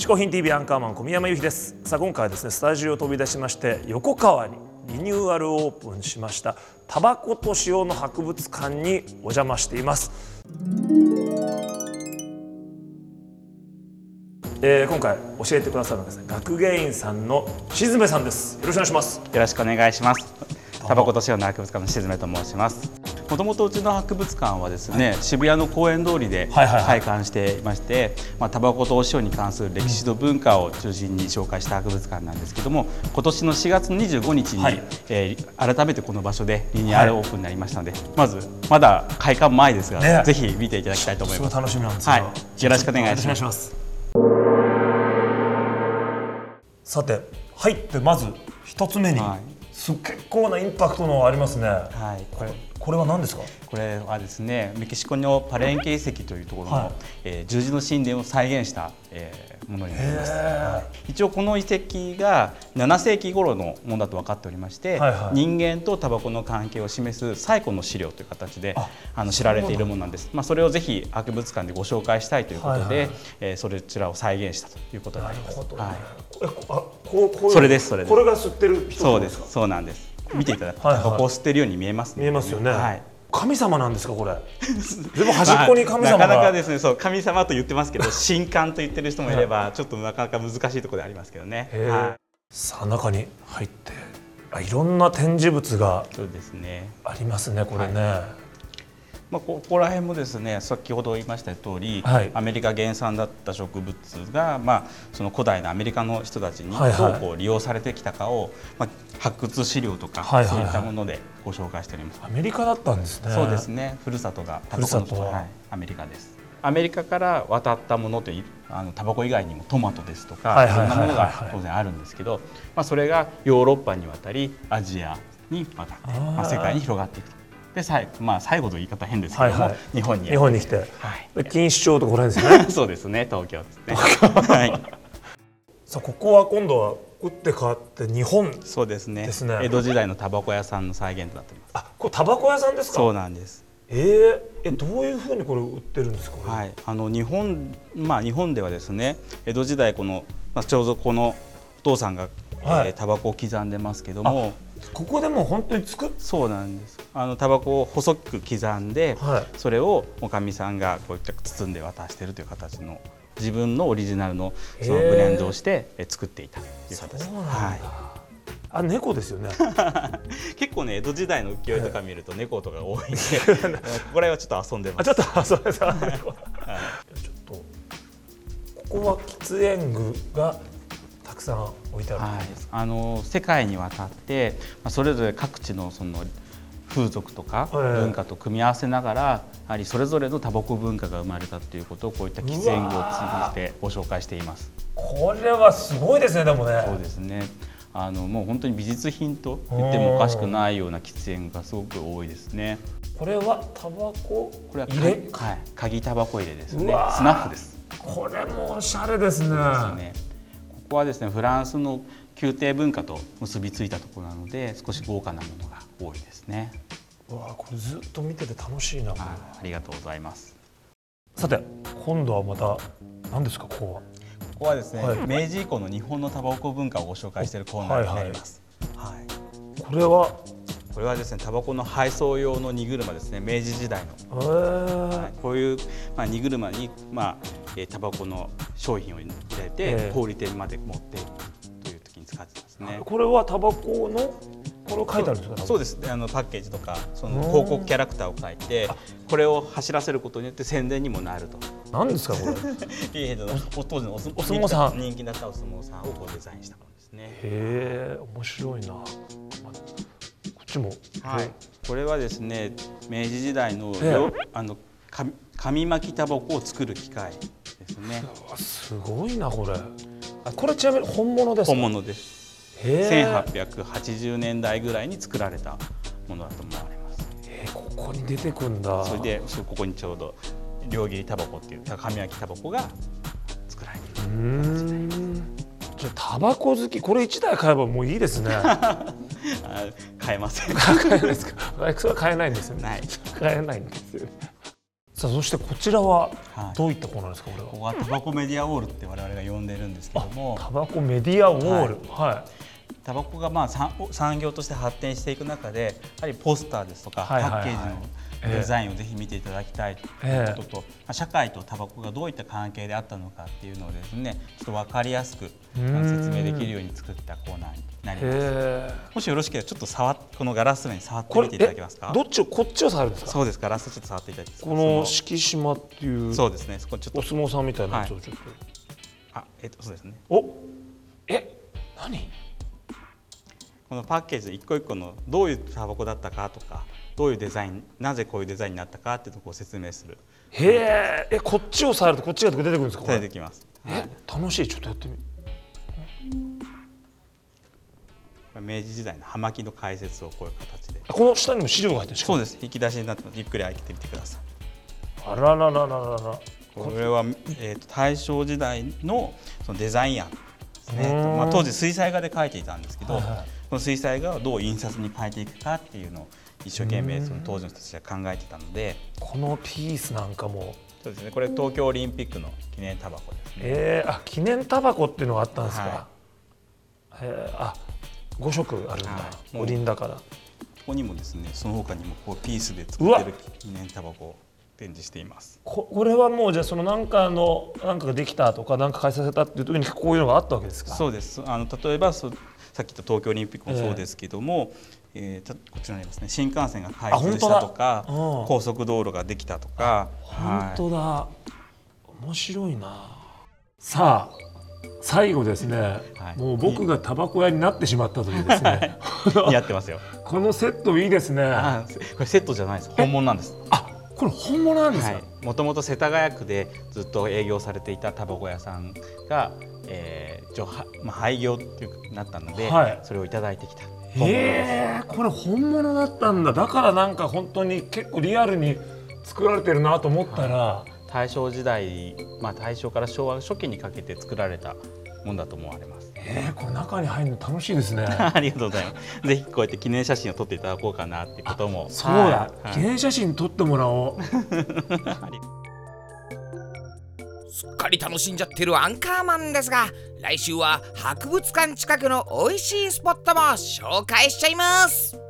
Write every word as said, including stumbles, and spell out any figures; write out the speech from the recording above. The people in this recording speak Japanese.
嗜好品 ティービー アンカーマン小宮山由紀です。さあ今回はですね、スタジオを飛び出しまして横川にリニューアルオープンしましたタバコと塩の博物館にお邪魔しています。えー、今回教えてくださるのはですね、学芸員さんの静目さんです。よろしくお願いします。 よろしくお願いします。タバコと塩の博物館の静目と申します。もともとうちの博物館はですね、はい、渋谷の公園通りで開館していまして、まあ、タバコとお塩に関する歴史と文化を中心に紹介した博物館なんですけども、今年のしがつのにじゅうごにちに、はい、えー、改めてこの場所でリニューアルオープンになりましたので、はい、まずまだ開館前ですが、ね、ぜひ見ていただきたいと思います。 すごい楽しみなんですよ、 はい、よろしくお願いします。 さて入ってまず一つ目に、はい、結構なインパクトのありますね。はい、これこれは何ですか？ これはですね、メキシコのパレンケ遺跡というところの、はい、えー、十字の神殿を再現した、えー、ものになります。はい、一応この遺跡がななせいき頃のものだと分かっておりまして、はいはい、人間とタバコの関係を示す最古の資料という形であの知られているものなんです。まあ、それをぜひ博物館でご紹介したいということで、はいはい、えー、それちらを再現したということになります。なるほど、ね。はい、 えあこうこうそれですそれです。 これが吸ってる人ですか？そうですそうなんです。見ていただくとタバコを吸ってるように見えますね。 見えますよね。はい、神様なんですかこれ？ でも端っこに神様が、 まあ、なかなかですね、そう神様と言ってますけど神官と言ってる人もいればちょっとなかなか難しいところでありますけどね。はい、 さあ中に入ってあいろんな展示物がそうですねありますねこれね。はい、 まあ、ここら辺もですね、先ほど言いました通り、はい、アメリカ原産だった植物が、まあ、その古代のアメリカの人たちにどうこう利用されてきたかを、まあ、発掘資料とか、はいはいはい、そういったものでご紹介しております。 アメリカだったんですね。 そうですね。ふるさとがタバコの、はい、アメリカです。アメリカから渡ったものというあのタバコ以外にもトマトですとかいろんなものが当然あるんですけど、まあ、それがヨーロッパに渡りアジアに渡って、まあ、世界に広がっていくと。で最後、まあ、最後という言い方変ですけども、はいはい、日本に日本に来て、はい、錦糸町ところですね。 そうですね、東京ですね。はい、 さあここは今度は打って変わって日本ですね。 そうですね。江戸時代のタバコ屋さんの再現となっています。 あ、これタバコ屋さんですか？ そうなんです。 えー、えどういうふうにこれ売ってるんですか？ はい、あの日本まあ日本ではですね、江戸時代この、まあ、ちょうどこのお父さんが、はい、えー、タバコを刻んでますけども。 ここでも本当に作っそうなんです。あのタバコを細く刻んで、はい、それをおかみさんがこういった包んで渡しているという形の自分のオリジナルのそのブレンドをして作っていたという形です。はい、 あ、猫ですよね。 結構ね江戸時代の浮世絵とか見ると猫とか多いんでこれはちょっと遊んでます。 あ、ちょっと遊んでます。ちょっとここは喫煙具がたくさん置いてある、はい、 あの世界にわたってそれぞれ各地のその風俗とか文化と組み合わせながらやはりそれぞれのタバコ文化が生まれたということをこういった喫煙具を通じてご紹介しています。 これはすごいですね。でもね。 そうですね。あのもう本当に美術品と言ってもおかしくないような喫煙具がすごく多いですね。 これはタバコこれは入れ、はい、鍵タバコ入れですね。スナッフです。 これもおしゃれですね。 そうですね。ここはですねフランスの宮廷文化と結びついたところなので少し豪華なものが多いですね。 うわ、これずっと見てて楽しいな。 あ, ありがとうございます。 さて今度はまた何ですか？ここはここはですね、はい、明治以降の日本のタバコ文化をご紹介しているコーナーになります。はいはいはい、これはこれはですねタバコの配送用の荷車ですね。明治時代の、はい、こういう、まあ、荷車に、まあえー、タバコの商品を入れて、えー、小売店まで持っていくという時に使ってますね。 これはタバコのこれを書いてあるんですか？ そうです。あのパッケージとかその広告キャラクターを書いてこれを走らせることによって宣伝にもなると。 何ですかこれ？ ピーヘッドの当時のお相撲さん人気だったお相撲さんをこうデザインしたものですね。 へえ、面白いな。こっちも、 はい、これはですね明治時代のあの紙巻きタバコを作る機械ですね。 すごいなこれ。これちなみに本物ですか？ 本物です。せんはっぴゃくはちじゅうねんだいぐらいに作られたものだと思われます。 えー、ここに出てくんだ。 それでここにちょうど両切りタバコっていう紙巻きタバコが作られている。うーん。じゃあタバコ好きこれいちだい買えばもういいですね。 買えません。 買えないですか？それは買えないんですよね。 はい、 買えないんですよ。 さあそしてこちらははいどういったコーナーですか、これは。 ここはタバコメディアウォールって我々が呼んでるんですけども、 タバコメディアウォール、はい、 タバコがまあ産産業として発展していく中で、やはりポスターですとかパはいはいはいッケージのデザインをぜひ見ていただきたいということと、まあ社会とタバコがどういった関係であったのかっていうのをですね、ちょっと分かりやすくーん説明できるように作ったコーナーになります。 へもしよろしければちょっと触っこのガラス面に触ってこれみていただけますか。 どっちをこっちを触るんですか。 そうです、ガラスちょっと触っていただいていいですか。 この敷島っていうそうですね、そこちょっとお相撲さんみたいなやつをちょっと、 あ、えっとそうですね。 おえ何このパッケージ一個一個のどういうタバコだったかとか、どういうデザイン、なぜこういうデザインになったかっていうところを説明する。 へええこっちを触るとこっちが出てくるんですか。これ出てきます。 え楽しい、ちょっとやってみ。 明治時代の葉巻の解説をこういう形で。 この下にも資料が入ってるんですか。 そうです。引き出しになってます。ゆっくり開けてみてください。 あらららららら。 これは、えー、と大正時代のそのデザイン案ですね。 うーんまあ、当時水彩画で描いていたんですけど、 はいはいこの水彩画をどう印刷に変えていくかっていうのを一生懸命その当時の人たちが考えてたので、 このピースなんかも、 そうですね。これ東京オリンピックの記念タバコですね。 えー、あ記念タバコっていうのがあったんですか。 はへーあご色あるんだ、 はい五輪だから。 ここにもですね、その他にもこうピースで作うわってる記念タバコを展示しています。 ここれはもうじゃあそのなんかのなんかができたとかなんか開催されたっていう時にこういうのがあったわけですか。 そうです。あの例えばそさっき言った東京オリンピックもそうですけども、えーたこちらにありますね、新幹線が開通したとか、 あ本当だうん高速道路ができたとか、 本当だ、面白いな。さあ最後ですね、 はいもう僕がタバコ屋になってしまったというですねはい似合ってますよ。 このセットいいですね。 あー、これセットじゃないです。本物なんです。 あこれ本物なんですか。 はい。もともと世田谷区でずっと営業されていたタバコ屋さんが、えー、一応はまあ廃業っていうなったので、 はいそれをいただいてきた本物です。 へえこれ本物だったんだ。だからなんか本当に結構リアルに作られてるなと思ったら、 大正時代、まあ、大正から昭和初期にかけて作られたものだと思われます。 えー、これ中に入るの楽しいですね。 ありがとうございます。ぜひこうやって記念写真を撮っていただこうかなっていうことも。 そうだ、 はい記念写真撮ってもらおう。 すっかり楽しんじゃってるアンカーマンですが、来週は博物館近くの美味しいスポットも紹介しちゃいます。